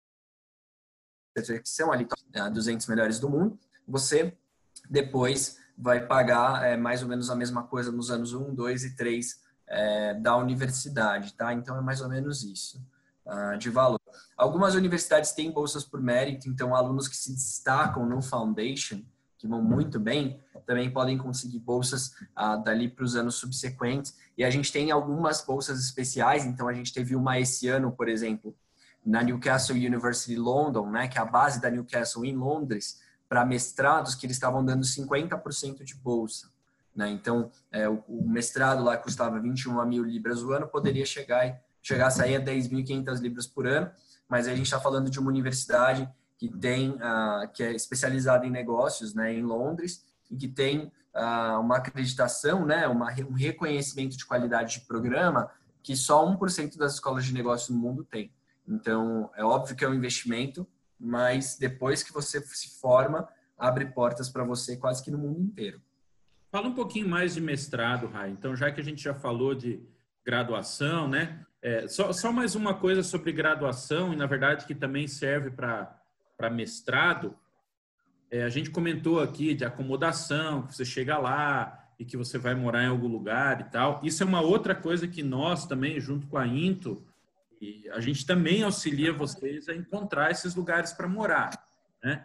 que são ali 200 melhores do mundo, você depois vai pagar mais ou menos a mesma coisa nos anos 1, 2 e 3 da universidade, tá? Então é mais ou menos isso de valor. Algumas universidades têm bolsas por mérito, então alunos que se destacam no Foundation, que vão muito bem, também podem conseguir bolsas dali para os anos subsequentes. E a gente tem algumas bolsas especiais, então a gente teve uma esse ano, por exemplo, na Newcastle University London, né, que é a base da Newcastle em Londres, para mestrados que eles estavam dando 50% de bolsa. Né? Então, o mestrado lá custava 21 mil libras o ano, poderia chegar a sair a 10.500 libras por ano, mas a gente está falando de uma universidade que é especializada em negócios, né, em Londres, e que tem uma acreditação, né, um reconhecimento de qualidade de programa que só 1% das escolas de negócio no mundo tem. Então, é óbvio que é um investimento, mas depois que você se forma, abre portas para você quase que no mundo inteiro. Fala um pouquinho mais de mestrado, Rai. Então, já que a gente já falou de graduação, né? Só mais uma coisa sobre graduação, e na verdade que também serve para mestrado. A gente comentou aqui de acomodação, que você chega lá e que você vai morar em algum lugar e tal. Isso é uma outra coisa que nós também, junto com a Into, e a gente também auxilia vocês a encontrar esses lugares para morar, né?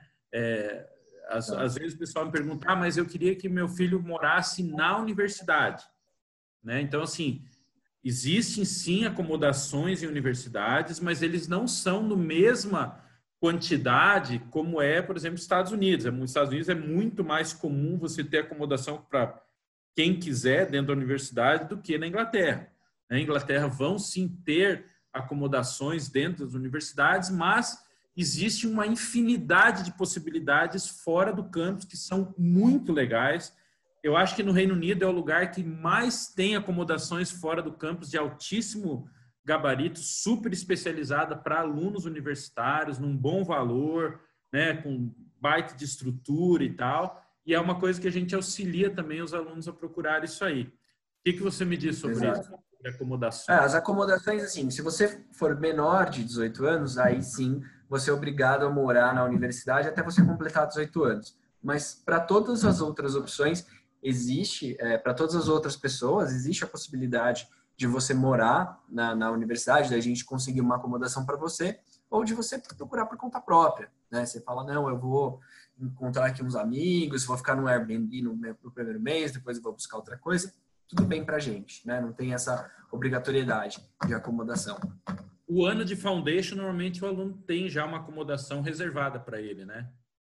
Às vezes o pessoal me pergunta, mas eu queria que meu filho morasse na universidade, né? Então, assim, existem sim acomodações em universidades, mas eles não são no mesma quantidade como por exemplo, Estados Unidos. Nos Estados Unidos é muito mais comum você ter acomodação para quem quiser dentro da universidade do que na Inglaterra. Na Inglaterra vão sim ter acomodações dentro das universidades, mas existe uma infinidade de possibilidades fora do campus que são muito legais. Eu acho que no Reino Unido é o lugar que mais tem acomodações fora do campus de altíssimo gabarito, super especializada para alunos universitários, num bom valor, né, com baita de estrutura e tal. E é uma coisa que a gente auxilia também os alunos a procurar isso aí. O que você me diz sobre isso? Sobre acomodações? As acomodações, assim, se você for menor de 18 anos, aí sim você é obrigado a morar na universidade até você completar 18 anos. Mas para todas as outras opções, para todas as outras pessoas, existe a possibilidade de você morar na universidade, da gente conseguir uma acomodação para você, ou de você procurar por conta própria, né? Você fala, não, eu vou encontrar aqui uns amigos, vou ficar no Airbnb no primeiro mês, depois eu vou buscar outra coisa. Tudo bem para a gente, né? Não tem essa obrigatoriedade de acomodação. O ano de foundation, normalmente o aluno tem já uma acomodação reservada para ele, né?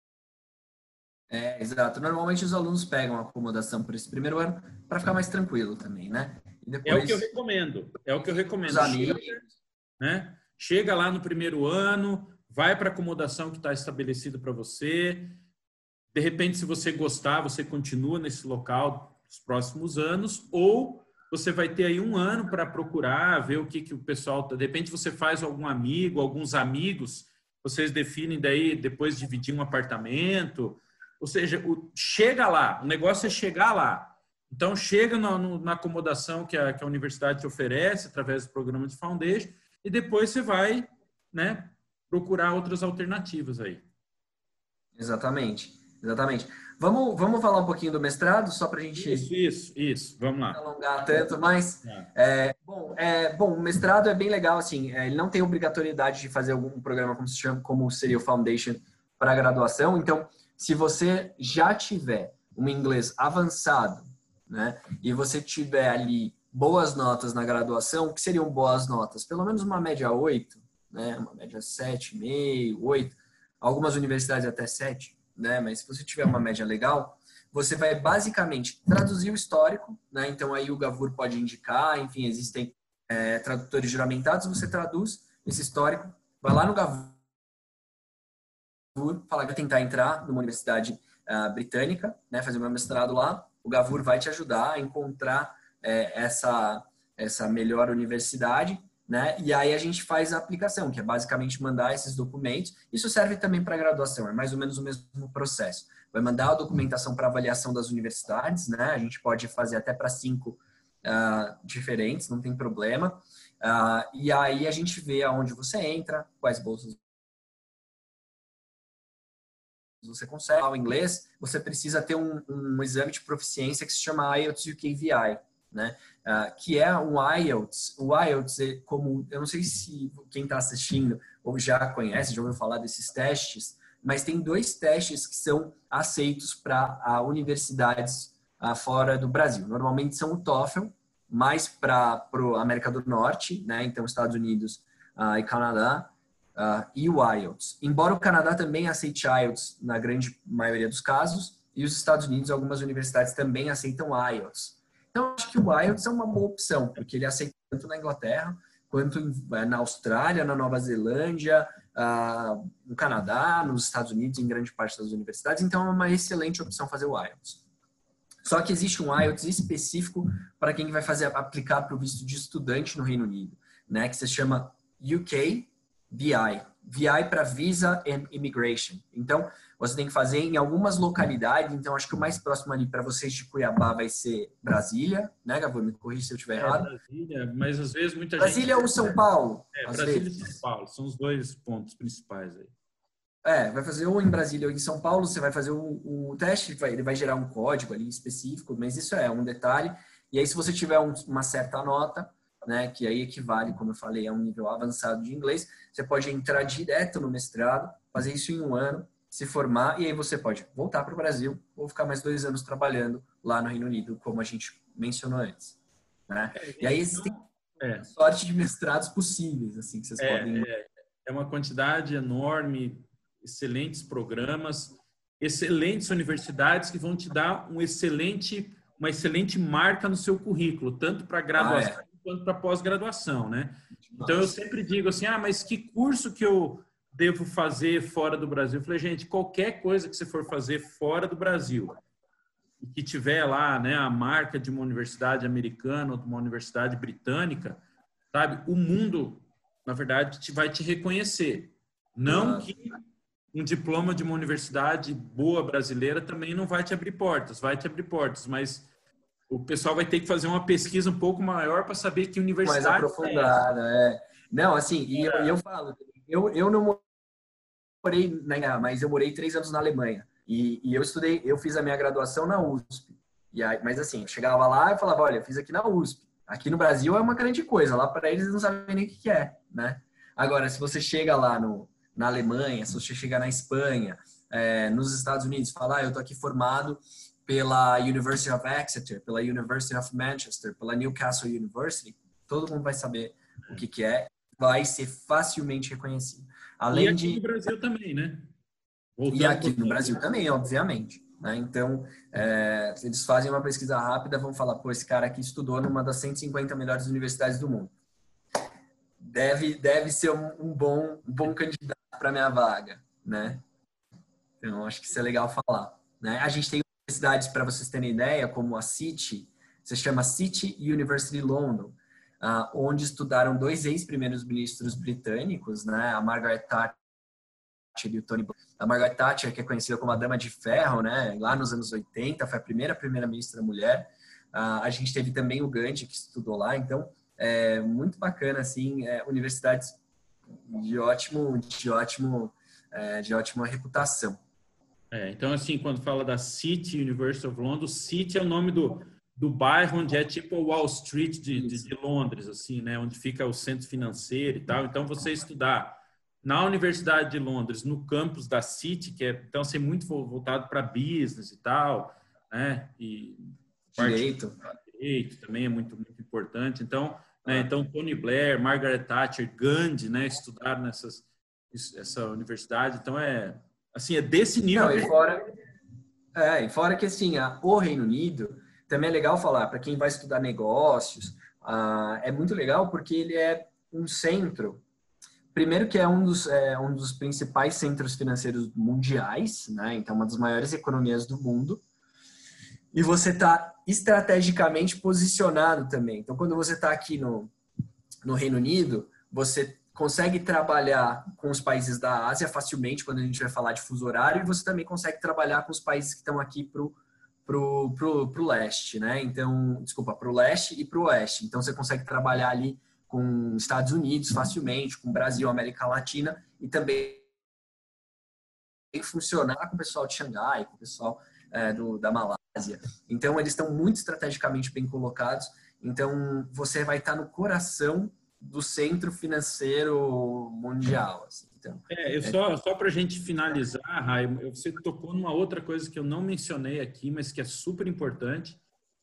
Exato. Normalmente os alunos pegam a acomodação por esse primeiro ano para ficar mais tranquilo também, né? E depois, é o que eu recomendo. Os amigos. Né? Chega lá no primeiro ano, vai para a acomodação que está estabelecida para você. De repente, se você gostar, você continua nesse local nos próximos anos, ou você vai ter aí um ano para procurar, ver o que o pessoal... De repente, você faz algum amigo, alguns amigos, vocês definem daí, depois dividir um apartamento. Ou seja, chega lá, o negócio é chegar lá. Então, chega na acomodação que a universidade te oferece, através do programa de foundation, e depois você vai, né, procurar outras alternativas aí. Exatamente. Vamos falar um pouquinho do mestrado, só para a gente... Isso. Vamos lá. Não alongar tanto, mas... Bom, o mestrado é bem legal, assim, ele não tem obrigatoriedade de fazer algum programa como seria o foundation para graduação. Então, se você já tiver um inglês avançado, né, e você tiver ali boas notas na graduação, o que seriam boas notas? Pelo menos uma média 8, né, uma média 7,5, 8, algumas universidades até 7, né, mas se você tiver uma média legal, você vai basicamente traduzir o histórico, né, então aí o Gavur pode indicar, enfim, existem tradutores juramentados, você traduz esse histórico, vai lá no Gavur, falar que vai tentar entrar numa universidade britânica, né, fazer meu mestrado lá, o Gavur vai te ajudar a encontrar essa melhor universidade, né, e aí a gente faz a aplicação, que é basicamente mandar esses documentos. Isso serve também para graduação, é mais ou menos o mesmo processo. Vai mandar a documentação para avaliação das universidades, né, a gente pode fazer até para 5 diferentes, não tem problema, e aí a gente vê aonde você entra, quais bolsas você consegue. O inglês, você precisa ter um exame de proficiência que se chama IELTS UKVI, né? Que é um IELTS. O IELTS é como, eu não sei se quem está assistindo ou já conhece, já ouviu falar desses testes, mas tem 2 testes que são aceitos para universidades fora do Brasil. Normalmente são o TOEFL, mais para a América do Norte, né? Então Estados Unidos e Canadá, e o IELTS. Embora o Canadá também aceite IELTS na grande maioria dos casos, e os Estados Unidos, algumas universidades também aceitam IELTS. Então, acho que o IELTS é uma boa opção, porque ele aceita tanto na Inglaterra, quanto na Austrália, na Nova Zelândia, no Canadá, nos Estados Unidos, em grande parte das universidades. Então, é uma excelente opção fazer o IELTS. Só que existe um IELTS específico para quem vai aplicar para o visto de estudante no Reino Unido, né, que se chama UK VI. VI para Visa and Immigration. Então, você tem que fazer em algumas localidades. Então, acho que o mais próximo ali para vocês de Cuiabá vai ser Brasília, né, Gabo? Me corrija se eu estiver errado. Brasília, mas às vezes muita Brasília gente... ou São Paulo? Brasília e São Paulo, são os 2 pontos principais aí. Vai fazer ou em Brasília ou em São Paulo, você vai fazer o teste, ele vai gerar um código ali específico, mas isso é um detalhe. E aí, se você tiver uma certa nota, né, que aí equivale, como eu falei, a um nível avançado de inglês, você pode entrar direto no mestrado, fazer isso em 1 ano, se formar, e aí você pode voltar para o Brasil ou ficar mais 2 anos trabalhando lá no Reino Unido, como a gente mencionou antes. Né? E aí existem sorte de mestrados possíveis, assim, que vocês podem... É uma quantidade enorme, excelentes programas, excelentes universidades que vão te dar uma excelente marca no seu currículo, tanto para graduação quanto para pós-graduação, né? Então, eu sempre digo assim, mas que curso que eu devo fazer fora do Brasil? Eu falei, gente, qualquer coisa que você for fazer fora do Brasil e que tiver lá, né, a marca de uma universidade americana ou de uma universidade britânica, sabe? O mundo, na verdade, vai te reconhecer. Não que um diploma de uma universidade boa brasileira também não vai te abrir portas, mas o pessoal vai ter que fazer uma pesquisa um pouco maior para saber que universidade mais aprofundada, Não, assim, e eu falo, eu não morei na, mas eu morei 3 anos na Alemanha e eu fiz a minha graduação na USP. E aí, mas assim, eu chegava lá e falava, olha, eu fiz aqui na USP. Aqui no Brasil é uma grande coisa, lá para eles não sabem nem o que é, né? Agora, se você chega lá na Alemanha, se você chegar na Espanha, nos Estados Unidos, falar, eu tô aqui formado pela University of Exeter, pela University of Manchester, pela Newcastle University, todo mundo vai saber o que é, vai ser facilmente reconhecido. Além no Brasil também, né? E aqui no Brasil também, obviamente. Né? Então, eles fazem uma pesquisa rápida, vão falar, pô, esse cara aqui estudou numa das 150 melhores universidades do mundo. Deve ser um bom candidato para minha vaga, né? Então, acho que isso é legal falar. Né? A gente tem universidades, para vocês terem ideia, como a City, se chama City University London, onde estudaram 2 ex-primeiros ministros britânicos, né? A Margaret Thatcher e o Tony Blair. A Margaret Thatcher, que é conhecida como a Dama de Ferro, né? Lá nos anos 80, foi a primeira-ministra mulher. A gente teve também o Gandhi, que estudou lá. Então, é muito bacana, assim, universidades de ótima reputação. Então, assim, quando fala da City University of London, City é o nome do bairro onde é tipo o Wall Street de Londres, assim, né? Onde fica o centro financeiro e tal. Então, você estudar na Universidade de Londres, no campus da City, que é, então, assim, muito voltado para business e tal, né? E direito também é muito, muito importante. Então, né? Então, Tony Blair, Margaret Thatcher, Gandhi, né? Estudaram essa universidade. Então, assim, é desse nível. Não, e fora que, assim, o Reino Unido, também é legal falar, para quem vai estudar negócios, é muito legal porque ele é um centro, primeiro que é um dos principais centros financeiros mundiais, né? Então, uma das maiores economias do mundo, e você está estrategicamente posicionado também. Então, quando você está aqui no Reino Unido, você consegue trabalhar com os países da Ásia facilmente, quando a gente vai falar de fuso horário, e você também consegue trabalhar com os países que estão aqui pro leste, né? Então, desculpa, pro leste e pro oeste. Então, você consegue trabalhar ali com Estados Unidos facilmente, com Brasil, América Latina, e também funcionar com o pessoal de Xangai, com o pessoal da Malásia. Então, eles estão muito estrategicamente bem colocados. Então, você vai estar no coração do centro financeiro mundial. Assim. Então, Só para a gente finalizar, Rai, você tocou numa outra coisa que eu não mencionei aqui, mas que é super importante.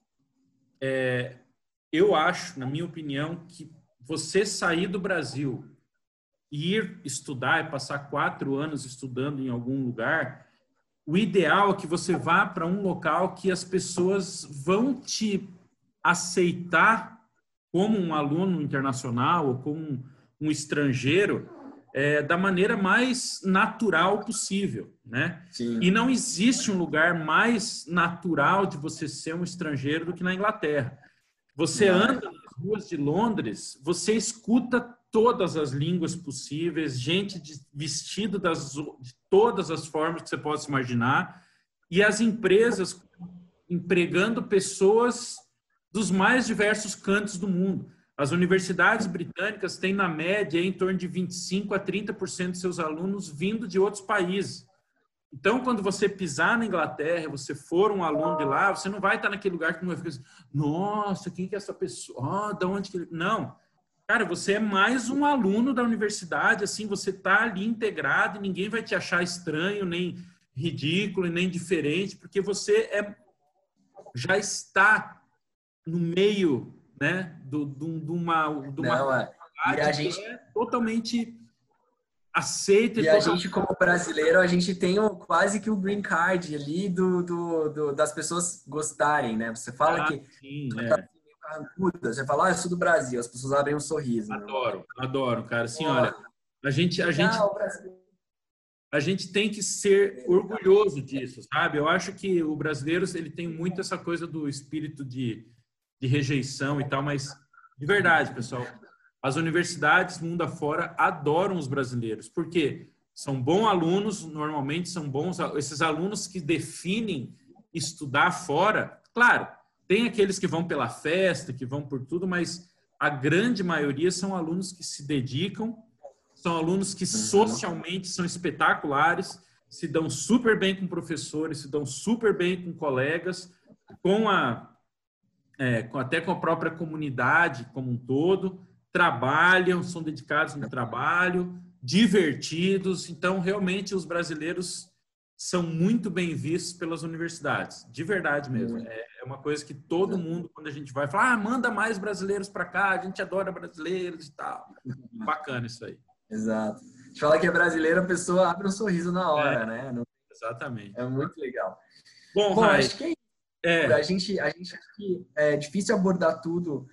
Eu acho, na minha opinião, que você sair do Brasil e ir estudar e passar 4 anos estudando em algum lugar, o ideal é que você vá para um local que as pessoas vão te aceitar como um aluno internacional ou como um estrangeiro da maneira mais natural possível, né? sim. E não existe um lugar mais natural de você ser um estrangeiro do que na Inglaterra. Você anda nas ruas de Londres, você escuta todas as línguas possíveis, gente vestido de todas as formas que você possa imaginar, e as empresas empregando pessoas dos mais diversos cantos do mundo. As universidades britânicas têm, na média, em torno de 25% a 30% de seus alunos vindo de outros países. Então, quando você pisar na Inglaterra, você for um aluno de lá, você não vai estar naquele lugar que não vai ficar assim, nossa, quem que é essa pessoa? Oh, de onde que... Não. Cara, você é mais um aluno da universidade, assim, você está ali integrado e ninguém vai te achar estranho, nem ridículo, nem diferente, porque você já está no meio, né, de uma e a gente que é totalmente aceita. E a gente, como brasileiro, a gente tem quase que o green card ali das pessoas gostarem, né? Você fala que sim, carrancuda, você fala, eu sou do Brasil, as pessoas abrem um sorriso. Adoro, cara. Assim, olha, a gente tem que ser orgulhoso disso, sabe? Eu acho que o brasileiro, ele tem muito essa coisa do espírito de rejeição e tal, mas de verdade, pessoal, as universidades mundo afora adoram os brasileiros, porque são bons alunos, normalmente são bons, esses alunos que definem estudar fora, claro, tem aqueles que vão pela festa, que vão por tudo, mas a grande maioria são alunos que se dedicam, são alunos que socialmente são espetaculares, se dão super bem com professores, se dão super bem com colegas, até com a própria comunidade como um todo, trabalham, são dedicados no trabalho, divertidos. Então, realmente, os brasileiros são muito bem vistos pelas universidades, de verdade mesmo. É uma coisa que todo mundo, quando a gente vai falar, manda mais brasileiros para cá, a gente adora brasileiros e tal. Bacana isso aí. Exato. A gente fala que é brasileiro, a pessoa abre um sorriso na hora, né? Exatamente. É muito legal. Bom, Rai, acho que é isso. A gente acha que é difícil abordar tudo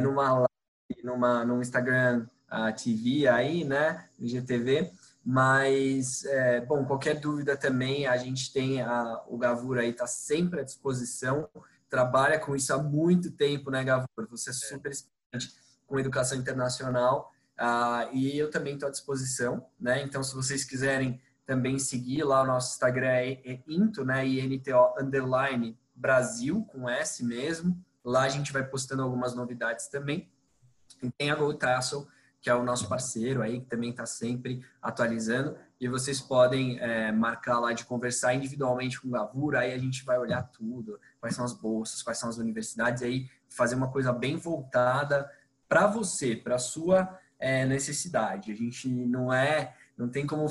num Instagram TV aí, né? No IGTV. Mas, bom, qualquer dúvida também, a gente tem o Gavur aí, está sempre à disposição, trabalha com isso há muito tempo, né, Gavur? Você é super experiente com educação internacional e eu também estou à disposição, né? Então, se vocês quiserem também seguir lá, o nosso Instagram é INTO, né? INTO_ Brasil, com S mesmo. Lá a gente vai postando algumas novidades também. E tem a GoTassel, que é o nosso parceiro aí, que também está sempre atualizando. E vocês podem marcar lá de conversar individualmente com o Gavur, aí a gente vai olhar tudo, quais são as bolsas, quais são as universidades, aí fazer uma coisa bem voltada para você, para a sua necessidade. A gente não tem como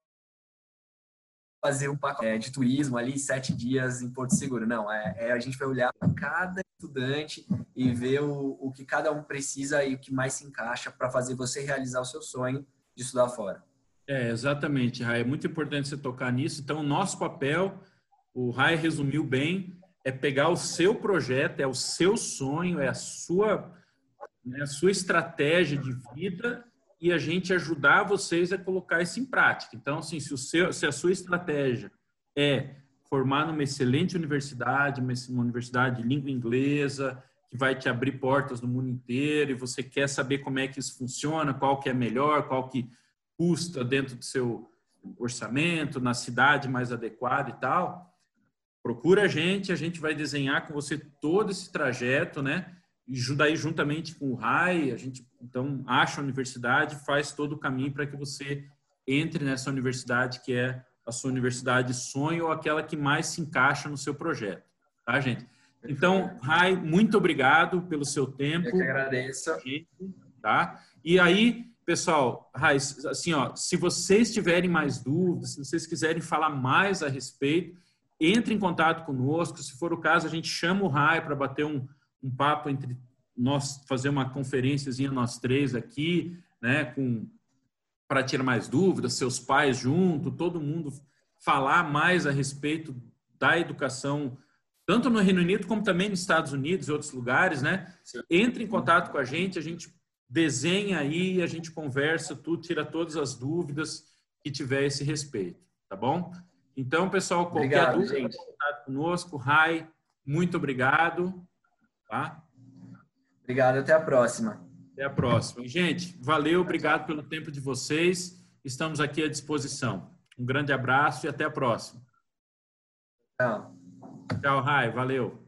fazer um pacote de turismo ali, 7 dias em Porto Seguro. Não, a gente vai olhar para cada estudante e ver o que cada um precisa e o que mais se encaixa para fazer você realizar o seu sonho de estudar fora. Exatamente, Rai. É muito importante você tocar nisso. Então, o nosso papel, o Rai resumiu bem, é pegar o seu projeto, é o seu sonho, é a sua estratégia de vida e a gente ajudar vocês a colocar isso em prática. Então, assim, se a sua estratégia é formar numa excelente universidade, uma universidade de língua inglesa, que vai te abrir portas no mundo inteiro, e você quer saber como é que isso funciona, qual que é melhor, qual que custa dentro do seu orçamento, na cidade mais adequada e tal, procura a gente vai desenhar com você todo esse trajeto, né? E daí, juntamente com o Rai, a gente, então, acha a universidade, faz todo o caminho para que você entre nessa universidade que é a sua universidade sonho ou aquela que mais se encaixa no seu projeto. Tá, gente? Então, Rai, muito obrigado pelo seu tempo. Eu que agradeço. Tá? E aí, pessoal, assim, ó, se vocês tiverem mais dúvidas, se vocês quiserem falar mais a respeito, entre em contato conosco. Se for o caso, a gente chama o Rai para bater um papo entre nós, fazer uma conferênciazinha nós três aqui, né, para tirar mais dúvidas, seus pais junto, todo mundo falar mais a respeito da educação, tanto no Reino Unido como também nos Estados Unidos e outros lugares, né? Entre em contato com a gente desenha aí, a gente conversa, tudo, tira todas as dúvidas que tiver a esse respeito, tá bom? Então, pessoal, qualquer dúvida, entre em contato conosco. Rai, muito obrigado. Tá? Obrigado, até a próxima. Até a próxima. Gente, valeu, obrigado pelo tempo de vocês. Estamos aqui à disposição. Um grande abraço e até a próxima. Tchau. Tchau, Rai. Valeu.